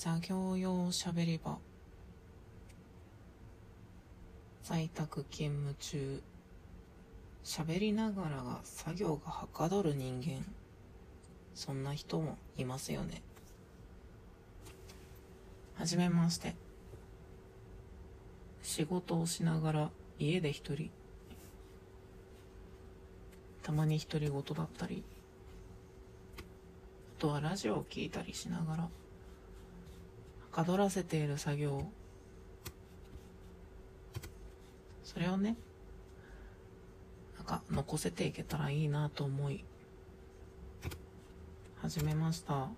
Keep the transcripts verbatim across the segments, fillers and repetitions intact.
作業用しゃべり場。在宅勤務中、喋りながらが作業がはかどる人間。そんな人もいますよね。はじめまして。仕事をしながら家で一人、たまに独り言だったり、あとはラジオを聞いたりしながらはかどらせている作業、それをね、なんか残せていけたらいいなと思い始めました。ま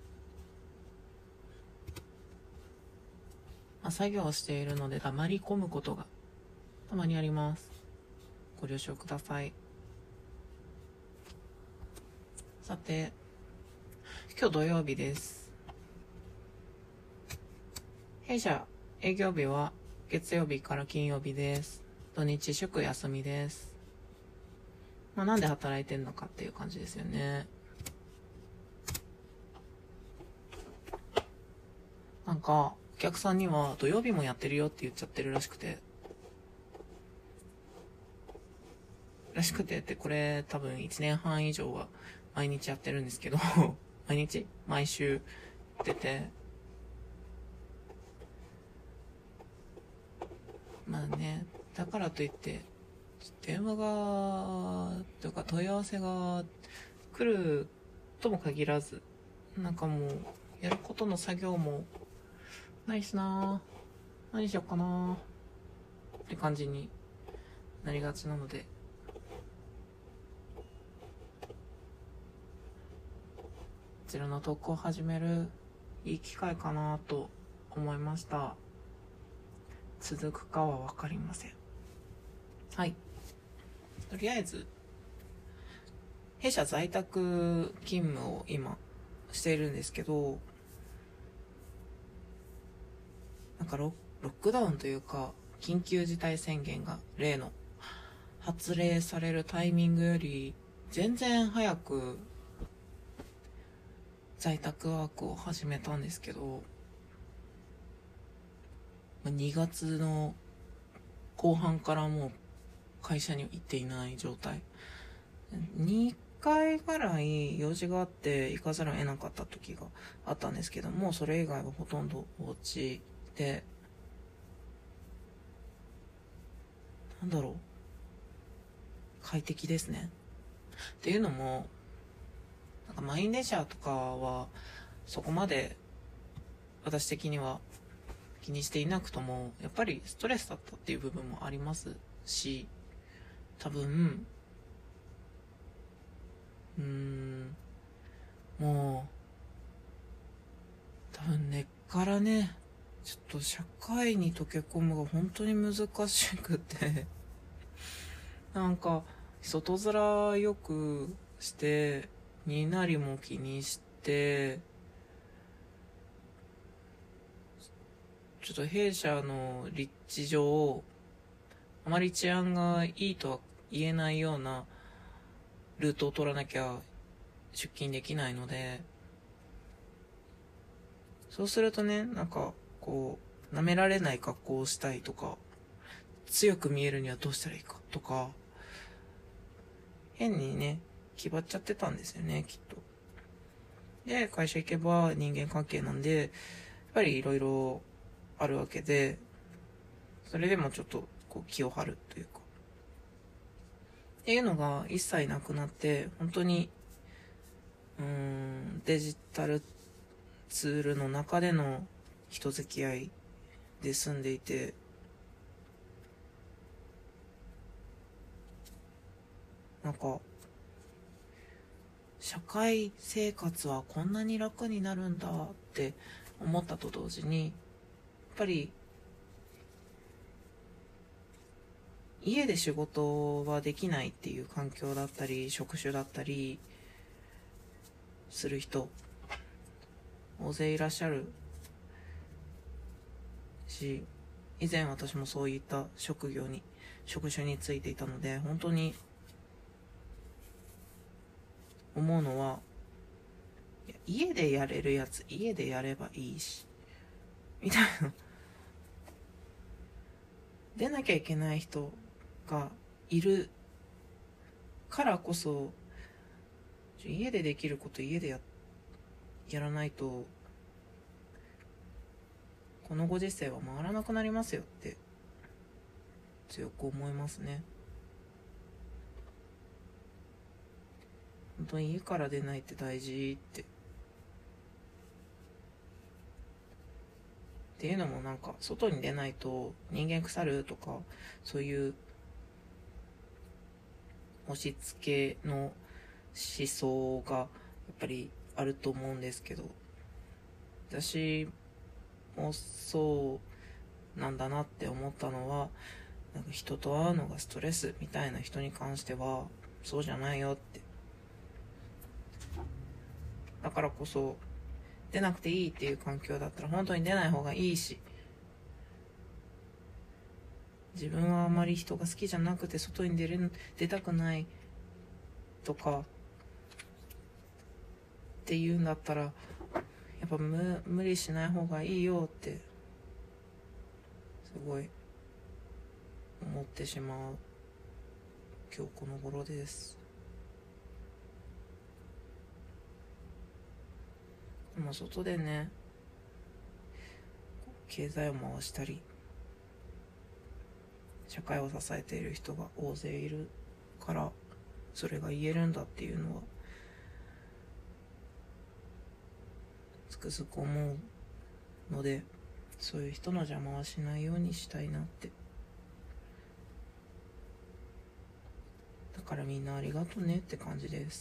あ、作業をしているので黙り込むことがたまにあります。ご了承ください。さて、今日土曜日です。弊社営業日は月曜日から金曜日です。土日祝休みです。まあ、なんで働いてんのかっていう感じですよね。なんかお客さんには土曜日もやってるよって言っちゃってるらしくてらしくてってこれ多分いちねんはん以上は毎日やってるんですけど毎日毎週やってて、まあね、だからといって電話がとか問い合わせが来るとも限らず、なんかもうやることの作業もないしな、何しよっかなって感じになりがちなので、こちらの投稿を始めるいい機会かなと思いました。続くかは分かりません。はい、とりあえず弊社在宅勤務を今しているんですけど、なんか ロ, ロックダウンというか緊急事態宣言が例の発令されるタイミングより全然早く在宅ワークを始めたんですけど、にがつの後半からもう会社に行っていない状態。にかいぐらい用事があって行かざるを得なかった時があったんですけども、それ以外はほとんどお家で、なんだろう、快適ですね。っていうのも、なんか満員電車とかはそこまで私的には気にしていなくともやっぱりストレスだったっていう部分もありますし、多分うーんもう多分根っからね、ちょっと社会に溶け込むが本当に難しくてなんか外面よくしてになりも気にして、ちょっと弊社の立地上あまり治安がいいとは言えないようなルートを取らなきゃ出勤できないので、そうするとね、なんかこう舐められない格好をしたいとか、強く見えるにはどうしたらいいかとか、変にね気張っちゃってたんですよね、きっと。で会社行けば人間関係なんでやっぱりいろいろあるわけで、それでもちょっとこう気を張るというかっていうのが一切なくなって、本当にうーんデジタルツールの中での人付き合いで済んでいて、なんか社会生活はこんなに楽になるんだって思ったと同時に、やっぱり家で仕事はできないっていう環境だったり職種だったりする人大勢いらっしゃるし、以前私もそういった職業に職種についていたので、本当に思うのは、家でやれるやつ家でやればいいし、 みたいな。出なきゃいけない人がいるからこそ、家でできること家でややらないとこのご時世は回らなくなりますよって強く思いますね。本当に家から出ないって大事ってっていうのも、なんか外に出ないと人間腐るとか、そういう押し付けの思想がやっぱりあると思うんですけど、私もそうなんだなって思ったのは、なんか人と会うのがストレスみたいな人に関してはそうじゃないよって。だからこそ出なくていいっていう環境だったら本当に出ない方がいいし、自分はあまり人が好きじゃなくて外に出れ出たくないとかっていうんだったら、やっぱ無無理しない方がいいよってすごい思ってしまう今日この頃です。でも外でね、経済を回したり社会を支えている人が大勢いるからそれが言えるんだっていうのはつくづく思うので、そういう人の邪魔はしないようにしたいなって。だからみんなありがとねって感じです。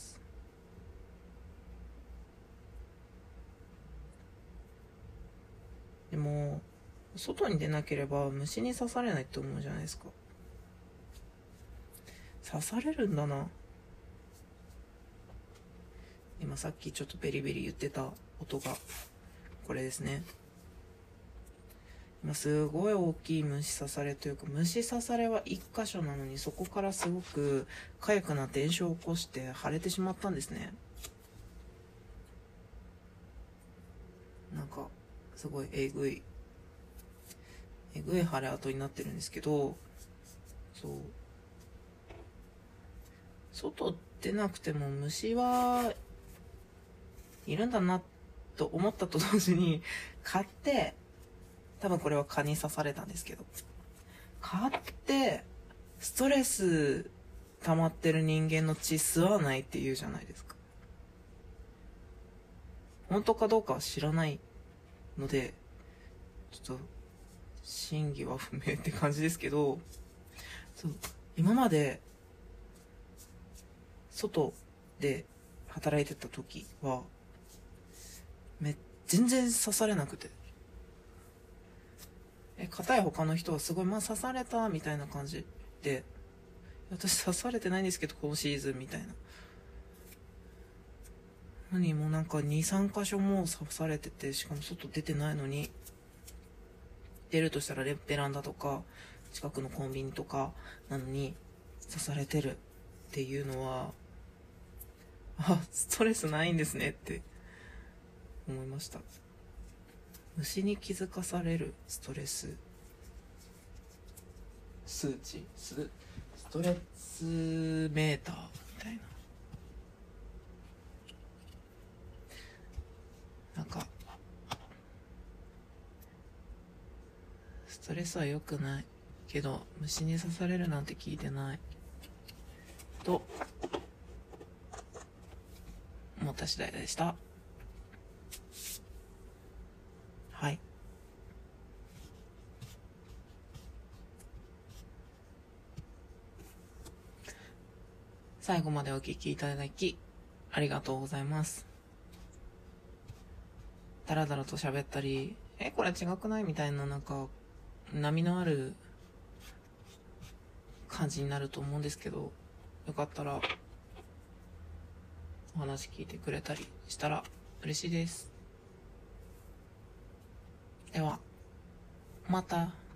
でも外に出なければ虫に刺されないって思うじゃないですか。刺されるんだな。今さっきちょっとベリベリ言ってた音がこれですね。今すごい大きい虫刺されというか、虫刺されは一箇所なのにそこからすごく痒くなって炎症を起こして腫れてしまったんですね。なんかすごいえぐいえぐい腫れ跡になってるんですけど、そう外出なくても虫はいるんだなと思ったと同時に、買って多分これは蚊に刺されたんですけど、買ってストレス溜まってる人間の血吸わないって言うじゃないですか。本当かどうかは知らないのでちょっと真偽は不明って感じですけど、そう今まで外で働いてた時はめ全然刺されなくて、え片や他の人はすごいまあ刺されたみたいな感じで、私刺されてないんですけどこのシーズンみたいな。何もうなんかにさん箇所も刺されてて、しかも外出てないのに、出るとしたらベランダとか近くのコンビニとかなのに刺されてるっていうのは、あ、ストレスないんですねって思いました。虫に気づかされるストレス数値、ストレスメーターみたいな。なんかストレスは良くないけど虫に刺されるなんて聞いてないと思った次第でした。はい。最後までお聞きいただきありがとうございます。だらだらと喋ったり、えこれ違くないみたいな、なんか波のある感じになると思うんですけど、よかったらお話聞いてくれたりしたら嬉しいです。ではまた。